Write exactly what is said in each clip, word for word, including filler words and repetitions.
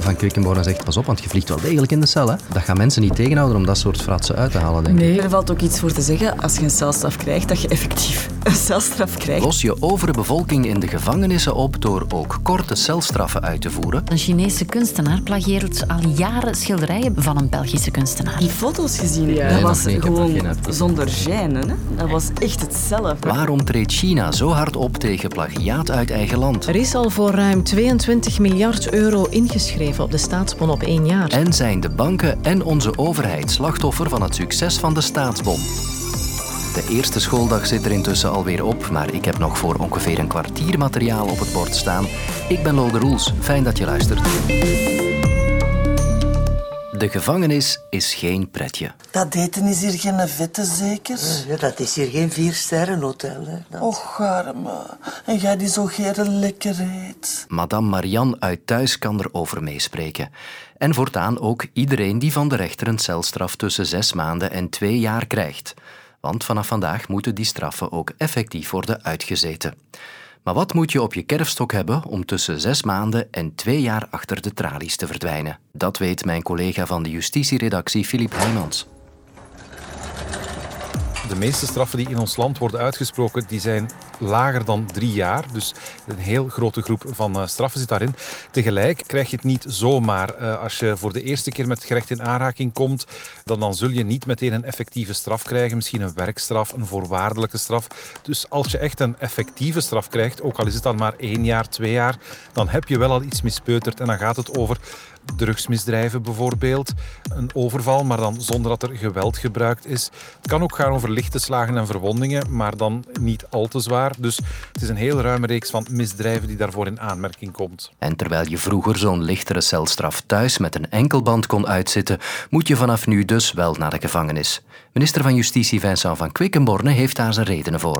van Quickenborne zegt, pas op, want je vliegt wel degelijk in de cel. Hè? Dat gaan mensen niet tegenhouden om dat soort fratsen uit te halen, denk ik. Nee, er valt ook iets voor te zeggen. Als je een celstraf krijgt, dat je effectief een celstraf krijgt. Los je overbevolking in de gevangenissen op door ook korte celstraffen uit te voeren. Een Chinese kunstenaar plagieert al jaren schilderijen van een Belgische kunstenaar. Die foto's gezien, ja. Dat was niet, gewoon zonder gêne. Hè? Dat was echt hetzelfde. Waarom treedt China zo hard op tegen plagiaat uit eigen land? Er is al voor ruim tweeëntwintig miljard euro ingeschreven op de staatsbon op één jaar. En zijn de banken en onze overheid slachtoffer van het succes van de staatsbon? De eerste schooldag zit er intussen alweer op, maar ik heb nog voor ongeveer een kwartier materiaal op het bord staan. Ik ben Lode Roels. Fijn dat je luistert. De gevangenis is geen pretje. Dat eten is hier geen vette, zeker? Ja, dat is hier geen vier-sterren-hotel. Hè. Och, arme. En jij die zo gere lekker eet. Madame Marianne uit Thuis kan erover meespreken. En voortaan ook iedereen die van de rechter een celstraf tussen zes maanden en twee jaar krijgt. Want vanaf vandaag moeten die straffen ook effectief worden uitgezeten. Maar wat moet je op je kerfstok hebben om tussen zes maanden en twee jaar achter de tralies te verdwijnen? Dat weet mijn collega van de justitieredactie, Filip Heijmans. De meeste straffen die in ons land worden uitgesproken, die zijn lager dan drie jaar. Dus een heel grote groep van uh, straffen zit daarin. Tegelijk krijg je het niet zomaar. Uh, als je voor de eerste keer met het gerecht in aanraking komt, dan, dan zul je niet meteen een effectieve straf krijgen. Misschien een werkstraf, een voorwaardelijke straf. Dus als je echt een effectieve straf krijgt, ook al is het dan maar één jaar, twee jaar, dan heb je wel al iets mispeuterd. En dan gaat het over drugsmisdrijven bijvoorbeeld, een overval, maar dan zonder dat er geweld gebruikt is. Het kan ook gaan over lichte slagen en verwondingen, maar dan niet al te zwaar. Dus het is een heel ruime reeks van misdrijven die daarvoor in aanmerking komt. En terwijl je vroeger zo'n lichtere celstraf thuis met een enkelband kon uitzitten, moet je vanaf nu dus wel naar de gevangenis. Minister van Justitie Vincent van Quickenborne heeft daar zijn redenen voor.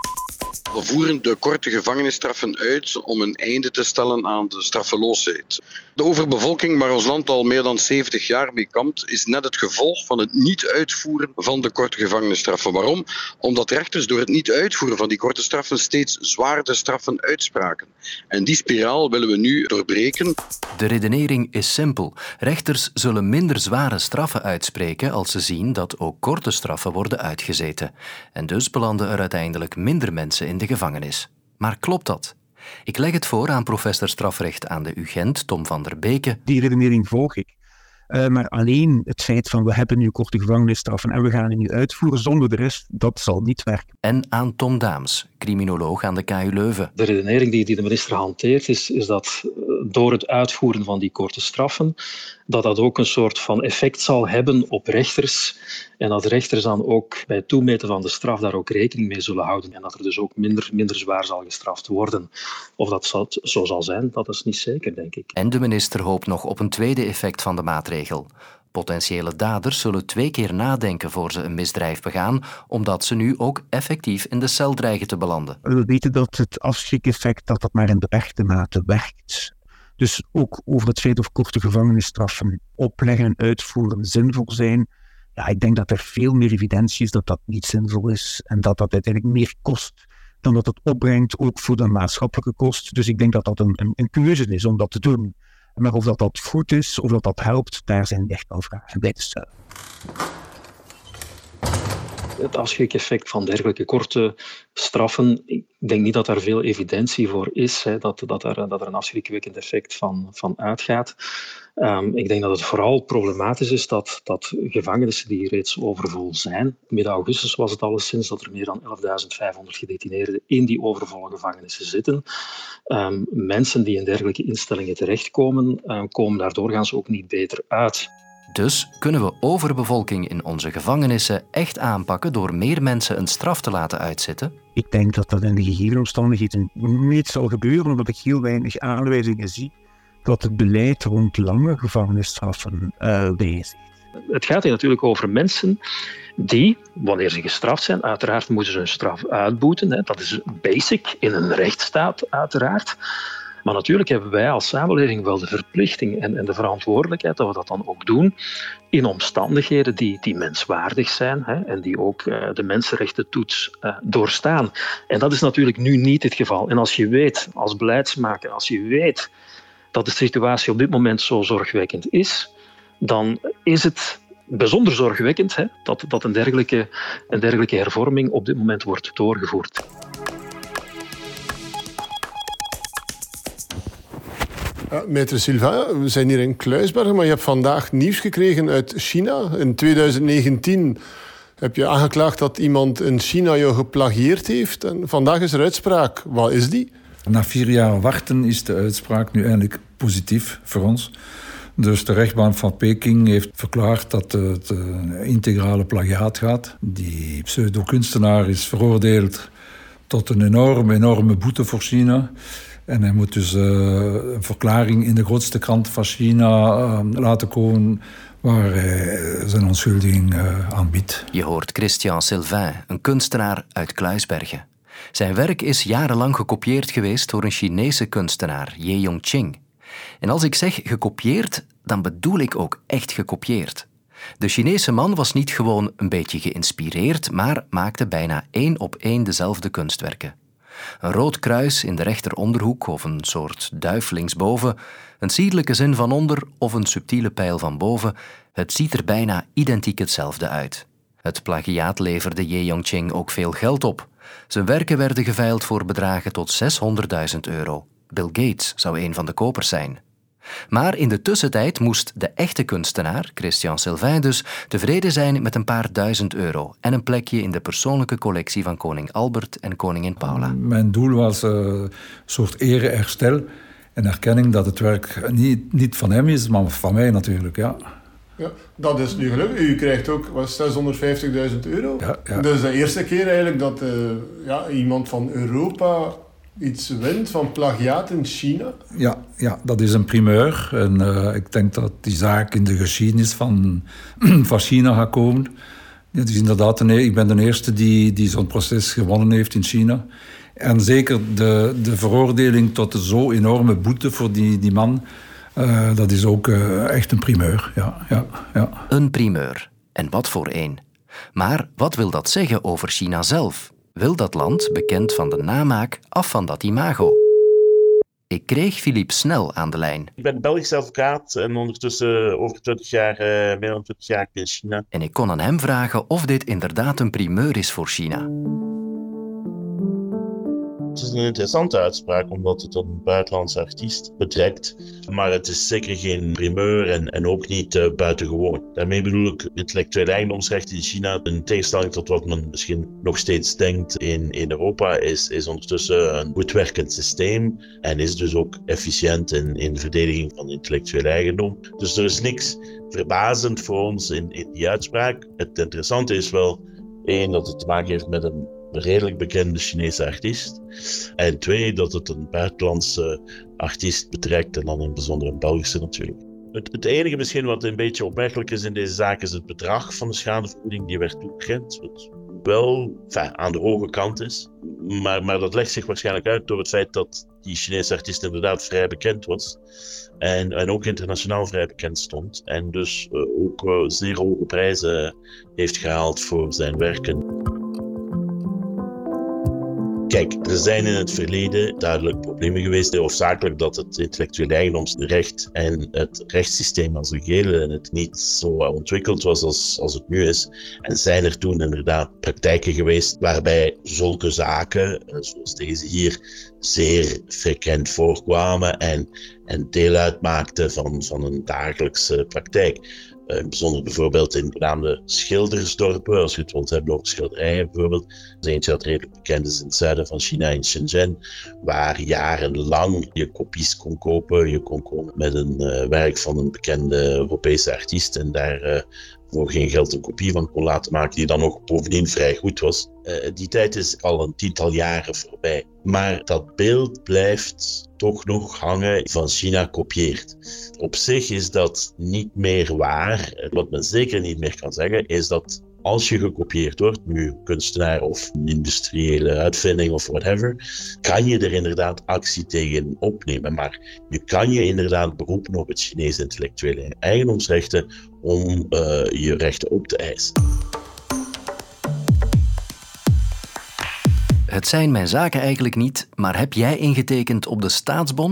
We voeren de korte gevangenisstraffen uit om een einde te stellen aan de straffeloosheid. De overbevolking waar ons land al meer dan zeventig jaar mee kampt, is net het gevolg van het niet uitvoeren van de korte gevangenisstraffen. Waarom? Omdat rechters door het niet uitvoeren van die korte straffen steeds zwaardere straffen uitspraken. En die spiraal willen we nu doorbreken. De redenering is simpel. Rechters zullen minder zware straffen uitspreken als ze zien dat ook korte straffen worden uitgezeten. En dus belanden er uiteindelijk minder mensen in de gevangenis. Maar klopt dat? Ik leg het voor aan professor strafrecht aan de U Gent, Tom van der Beke. Die redenering volg ik. Uh, maar alleen het feit van we hebben nu korte gevangenisstraffen en we gaan die nu uitvoeren zonder de rest, dat zal niet werken. En aan Tom Daams, criminoloog aan de K U Leuven. De redenering die, die de minister hanteert is, is dat door het uitvoeren van die korte straffen, dat dat ook een soort van effect zal hebben op rechters en dat rechters dan ook bij het toemeten van de straf daar ook rekening mee zullen houden en dat er dus ook minder, minder zwaar zal gestraft worden. Of dat zal, zo zal zijn, dat is niet zeker, denk ik. En de minister hoopt nog op een tweede effect van de maatregel. Potentiële daders zullen twee keer nadenken voor ze een misdrijf begaan, omdat ze nu ook effectief in de cel dreigen te belanden. We weten dat het afschrikeffect dat dat maar in beperkte mate werkt. Dus ook over het feit of korte gevangenisstraffen opleggen en uitvoeren zinvol zijn. Ja, ik denk dat er veel meer evidentie is dat dat niet zinvol is en dat dat uiteindelijk meer kost dan dat het opbrengt, ook voor de maatschappelijke kost. Dus ik denk dat dat een, een, een keuze is om dat te doen. Maar of dat, dat goed is, of dat dat helpt, daar zijn echt wel vragen bij te stellen. Het afschrikeffect van dergelijke korte straffen, ik denk niet dat daar veel evidentie voor is, hè, dat, dat, er, dat er een afschrikwekkend effect van, van uitgaat. Um, ik denk dat het vooral problematisch is dat, dat gevangenissen die reeds overvol zijn, midden augustus was het alleszins dat er meer dan elfduizend vijfhonderd gedetineerden in die overvolle gevangenissen zitten. Um, mensen die in dergelijke instellingen terechtkomen, um, komen daar doorgaans ook niet beter uit. Dus kunnen we overbevolking in onze gevangenissen echt aanpakken door meer mensen een straf te laten uitzitten? Ik denk dat dat in de gegeven omstandigheden niet zal gebeuren, omdat ik heel weinig aanwijzingen zie dat het beleid rond lange gevangenisstraffen uh, wijzigt. Het gaat hier natuurlijk over mensen die, wanneer ze gestraft zijn, uiteraard moeten ze hun straf uitboeten. Hè. Dat is basic in een rechtsstaat, uiteraard. Maar natuurlijk hebben wij als samenleving wel de verplichting en, en de verantwoordelijkheid dat we dat dan ook doen in omstandigheden die, die menswaardig zijn, hè, en die ook uh, de mensenrechtentoets uh, doorstaan. En dat is natuurlijk nu niet het geval. En als je weet, als beleidsmaker, als je weet dat de situatie op dit moment zo zorgwekkend is, dan is het bijzonder zorgwekkend hè, dat, dat een, dergelijke, een dergelijke hervorming op dit moment wordt doorgevoerd. Ja, Maître Sylvain, we zijn hier in Kluisbergen, maar je hebt vandaag nieuws gekregen uit China. In twintig negentien heb je aangeklaagd dat iemand in China jou geplagieerd heeft. En vandaag is er uitspraak. Wat is die? Na vier jaar wachten is de uitspraak nu eindelijk positief voor ons. Dus de rechtbank van Peking heeft verklaard dat het uh, integrale plagiaat gaat. Die pseudo-kunstenaar is veroordeeld tot een enorme, enorme boete voor China. En hij moet dus uh, een verklaring in de grootste krant van China uh, laten komen waar hij zijn onschuldiging uh, aanbiedt. Je hoort Christian Sylvain, een kunstenaar uit Kluisbergen. Zijn werk is jarenlang gekopieerd geweest door een Chinese kunstenaar, Ye Yongqing. En als ik zeg gekopieerd, dan bedoel ik ook echt gekopieerd. De Chinese man was niet gewoon een beetje geïnspireerd, maar maakte bijna één op één dezelfde kunstwerken. Een rood kruis in de rechteronderhoek of een soort duif linksboven, een sierlijke zin van onder of een subtiele pijl van boven, het ziet er bijna identiek hetzelfde uit. Het plagiaat leverde Ye Yongqing ook veel geld op. Zijn werken werden geveild voor bedragen tot zeshonderdduizend euro. Bill Gates zou een van de kopers zijn. Maar in de tussentijd moest de echte kunstenaar, Christian Sylvain dus, tevreden zijn met een paar duizend euro en een plekje in de persoonlijke collectie van koning Albert en koningin Paula. Mijn doel was uh, een soort ereherstel en erkenning dat het werk niet, niet van hem is, maar van mij natuurlijk, ja. Ja, dat is nu gelukkig. U krijgt ook zeshonderdvijftigduizend euro. Ja, ja. Dat is de eerste keer eigenlijk dat uh, ja, iemand van Europa iets wint van plagiaat in China. Ja, ja, dat is een primeur. En uh, ik denk dat die zaak in de geschiedenis van, van China gaat komen. Het is inderdaad een, ik ben de eerste die, die zo'n proces gewonnen heeft in China. En zeker de, de veroordeling tot de zo enorme boete voor die, die man, uh, dat is ook uh, echt een primeur. Ja, ja, ja. Een primeur. En wat voor een. Maar wat wil dat zeggen over China zelf? Wil dat land, bekend van de namaak, af van dat imago? Ik kreeg Philippe Snel aan de lijn. Ik ben Belgische advocaat en ondertussen over twintig jaar, uh, meer dan twintig jaar in China. En ik kon aan hem vragen of dit inderdaad een primeur is voor China. Het is een interessante uitspraak, omdat het een buitenlandse artiest betrekt. Maar het is zeker geen primeur en, en ook niet uh, buitengewoon. Daarmee bedoel ik intellectuele eigendomsrecht in China. In tegenstelling tot wat men misschien nog steeds denkt in, in Europa, is, is ondertussen een goed werkend systeem. En is dus ook efficiënt in, in de verdediging van intellectuele eigendom. Dus er is niks verbazend voor ons in, in die uitspraak. Het interessante is wel, één, dat het te maken heeft met een redelijk bekende Chinese artiest. En twee, dat het een buitenlandse artiest betrekt en dan in het bijzonder een Belgische natuurlijk. Het, het enige misschien wat een beetje opmerkelijk is in deze zaak is het bedrag van de schadevergoeding die werd toegekend. Wat wel enfin, aan de hoge kant is. Maar, maar dat legt zich waarschijnlijk uit door het feit dat die Chinese artiest inderdaad vrij bekend was. En, en ook internationaal vrij bekend stond. En dus uh, ook uh, zeer hoge prijzen heeft gehaald voor zijn werken. Kijk, er zijn in het verleden duidelijk problemen geweest. Hoofdzakelijk dat het intellectuele eigendomsrecht en het rechtssysteem als een geheel het niet zo ontwikkeld was als, als het nu is. En zijn er toen inderdaad praktijken geweest waarbij zulke zaken, zoals deze hier, zeer frequent voorkwamen en, en deel uitmaakten van, van een dagelijkse praktijk. Uh, bijzonder bijvoorbeeld in benaamde schildersdorpen, als je het wilt hebben over schilderijen bijvoorbeeld. Er is eentje dat redelijk bekend is in het zuiden van China, in Shenzhen, waar jarenlang je kopies kon kopen. Je kon komen met een uh, werk van een bekende Europese artiest en daar uh, voor geen geld een kopie van kon laten maken, die dan ook bovendien vrij goed was. Uh, die tijd is al een tiental jaren voorbij. Maar dat beeld blijft toch nog hangen van China kopieert. Op zich is dat niet meer waar. Wat men zeker niet meer kan zeggen, is dat als je gekopieerd wordt, nu kunstenaar of een industriële uitvinding of whatever, kan je er inderdaad actie tegen opnemen. Maar je kan je inderdaad beroepen op het Chinese intellectuele eigendomsrechten om uh, je rechten op te eisen. Het zijn mijn zaken eigenlijk niet, maar heb jij ingetekend op de staatsbon?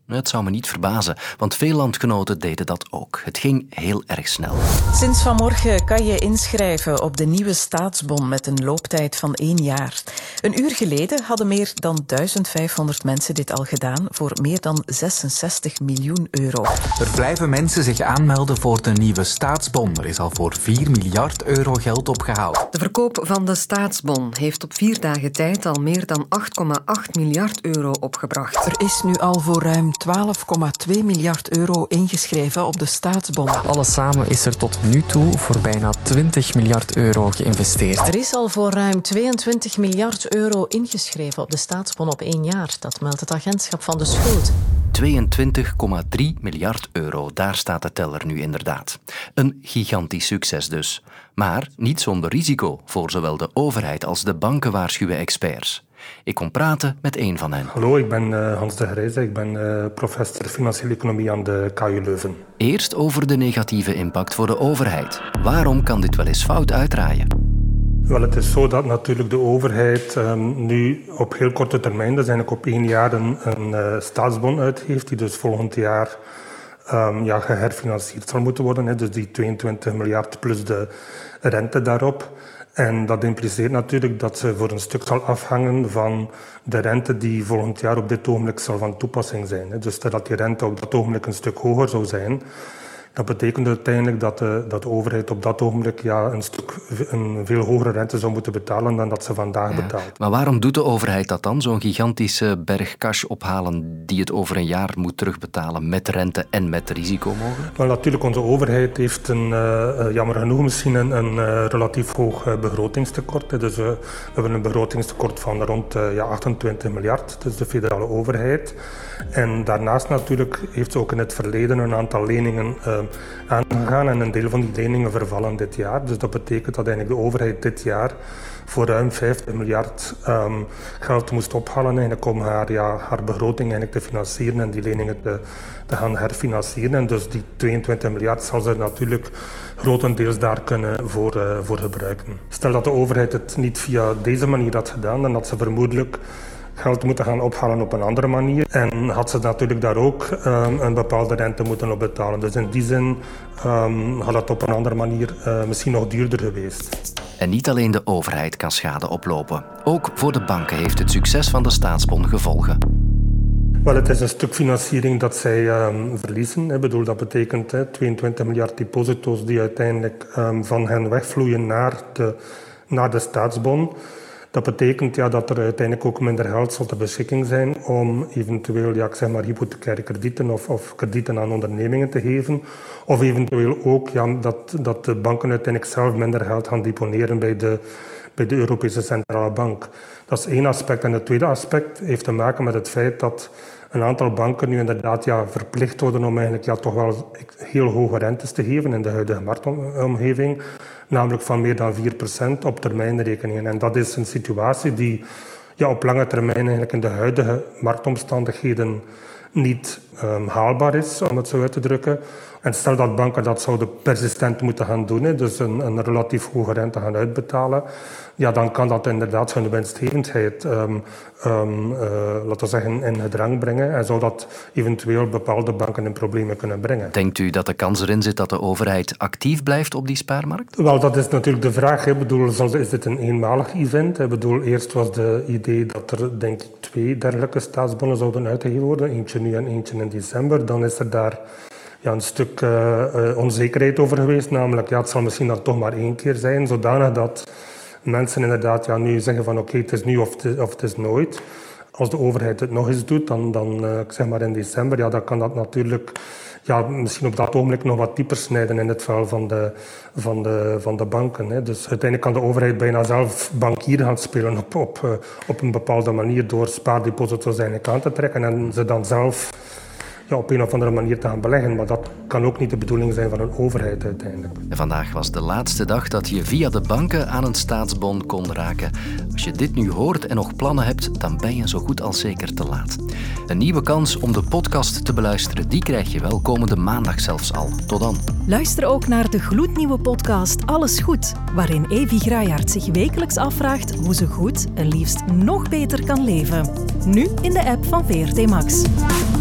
Het zou me niet verbazen, want veel landgenoten deden dat ook. Het ging heel erg snel. Sinds vanmorgen kan je inschrijven op de nieuwe staatsbon met een looptijd van één jaar. Een uur geleden hadden meer dan duizendvijfhonderd mensen dit al gedaan voor meer dan zesenzestig miljoen euro. Er blijven mensen zich aanmelden voor de nieuwe staatsbon. Er is al voor vier miljard euro geld opgehaald. De verkoop van de staatsbon heeft op vier dagen tijd al meer dan acht komma acht miljard euro opgebracht. Er is nu al voor ruim twaalf komma twee miljard euro ingeschreven op de staatsbon. Alles samen is er tot nu toe voor bijna twintig miljard euro geïnvesteerd. Er is al voor ruim tweeëntwintig miljard euro ingeschreven op de staatsbon op één jaar. Dat meldt het agentschap van de schuld. tweeëntwintig komma drie miljard euro, daar staat de teller nu inderdaad. Een gigantisch succes dus. Maar niet zonder risico voor zowel de overheid als de banken, waarschuwen experts. Ik kon praten met een van hen. Hallo, ik ben uh, Hans de Grijze. Ik ben uh, professor financiële economie aan de K U Leuven. Eerst over de negatieve impact voor de overheid. Waarom kan dit wel eens fout uitdraaien? Wel, het is zo dat natuurlijk de overheid um, nu op heel korte termijn, dus eigenlijk op één jaar, een, een uh, staatsbon uitgeeft, die dus volgend jaar um, ja, geherfinancierd zal moeten worden. Hè. Dus die tweeëntwintig miljard plus de rente daarop. En dat impliceert natuurlijk dat ze voor een stuk zal afhangen van de rente die volgend jaar op dit ogenblik zal van toepassing zijn. Hè. Dus dat die rente op dat ogenblik een stuk hoger zou zijn. Dat betekent uiteindelijk dat de, dat de overheid op dat ogenblik ja, een, stuk, een veel hogere rente zou moeten betalen dan dat ze vandaag ja, betaalt. Maar waarom doet de overheid dat dan? Zo'n gigantische berg cash ophalen die het over een jaar moet terugbetalen met rente en met risico mogelijk? Wel, natuurlijk, onze overheid heeft een, uh, jammer genoeg misschien een, een uh, relatief hoog uh, begrotingstekort. Hè. Dus uh, we hebben een begrotingstekort van rond uh, ja, achtentwintig miljard, dus de federale overheid. En daarnaast natuurlijk heeft ze ook in het verleden een aantal leningen uh, aangegaan en een deel van die leningen vervallen dit jaar. Dus dat betekent dat eigenlijk de overheid dit jaar voor ruim vijftig miljard um, geld moest ophalen eigenlijk om haar, ja, haar begroting eigenlijk te financieren en die leningen te, te gaan herfinancieren. En dus die tweeëntwintig miljard zal ze natuurlijk grotendeels daar kunnen voor, uh, voor gebruiken. Stel dat de overheid het niet via deze manier had gedaan, dan had ze vermoedelijk geld moeten gaan ophalen op een andere manier. En had ze natuurlijk daar ook um, een bepaalde rente moeten op betalen. Dus in die zin um, had het op een andere manier uh, misschien nog duurder geweest. En niet alleen de overheid kan schade oplopen. Ook voor de banken heeft het succes van de staatsbon gevolgen. Wel, het is een stuk financiering dat zij um, verliezen. Ik bedoel, dat betekent hè, tweeëntwintig miljard deposito's die uiteindelijk um, van hen wegvloeien naar de, naar de staatsbon. Dat betekent ja, dat er uiteindelijk ook minder geld zal ter beschikking zijn om eventueel ja, ik zeg maar, hypothecaire kredieten of, of kredieten aan ondernemingen te geven. Of eventueel ook ja, dat, dat de banken uiteindelijk zelf minder geld gaan deponeren bij de, bij de Europese Centrale Bank. Dat is één aspect. En het tweede aspect heeft te maken met het feit dat een aantal banken nu inderdaad ja, verplicht worden om eigenlijk ja, toch wel heel hoge rentes te geven in de huidige marktomgeving. Namelijk van meer dan vier procent op termijnrekeningen. En dat is een situatie die ja, op lange termijn eigenlijk in de huidige marktomstandigheden niet um, haalbaar is, om het zo uit te drukken. En stel dat banken dat zouden persistent moeten gaan doen, hè, dus een, een relatief hoge rente gaan uitbetalen, ja, dan kan dat inderdaad hun winstgevendheid um, um, uh, laten we zeggen, in gedrang brengen en zou dat eventueel bepaalde banken in problemen kunnen brengen. Denkt u dat de kans erin zit dat de overheid actief blijft op die spaarmarkt? Wel, dat is natuurlijk de vraag. Ik bedoel, is dit een eenmalig event? Ik bedoel, eerst was de idee dat er denk ik twee dergelijke staatsbonnen zouden uitgegeven worden, eentje nu en eentje in december. Dan is er daar ja, een stuk uh, uh, onzekerheid over geweest, namelijk ja, het zal misschien dan toch maar één keer zijn, zodanig dat mensen inderdaad ja, nu zeggen van oké, okay, het is nu of het is, of het is nooit. Als de overheid het nog eens doet, dan, dan uh, ik zeg maar in december, ja, dan kan dat natuurlijk ja, misschien op dat ogenblik nog wat dieper snijden in het vel van de, van de, van de banken. Hè. Dus uiteindelijk kan de overheid bijna zelf bankier gaan spelen op, op, uh, op een bepaalde manier door spaardeposito's eigenlijk aan te trekken en ze dan zelf ja, op een of andere manier te gaan beleggen. Maar dat kan ook niet de bedoeling zijn van een overheid uiteindelijk. En vandaag was de laatste dag dat je via de banken aan een staatsbon kon raken. Als je dit nu hoort en nog plannen hebt, dan ben je zo goed als zeker te laat. Een nieuwe kans om de podcast te beluisteren, die krijg je wel komende maandag zelfs al. Tot dan. Luister ook naar de gloednieuwe podcast Alles Goed, waarin Evi Graaiaert zich wekelijks afvraagt hoe ze goed en liefst nog beter kan leven. Nu in de app van V R T Max.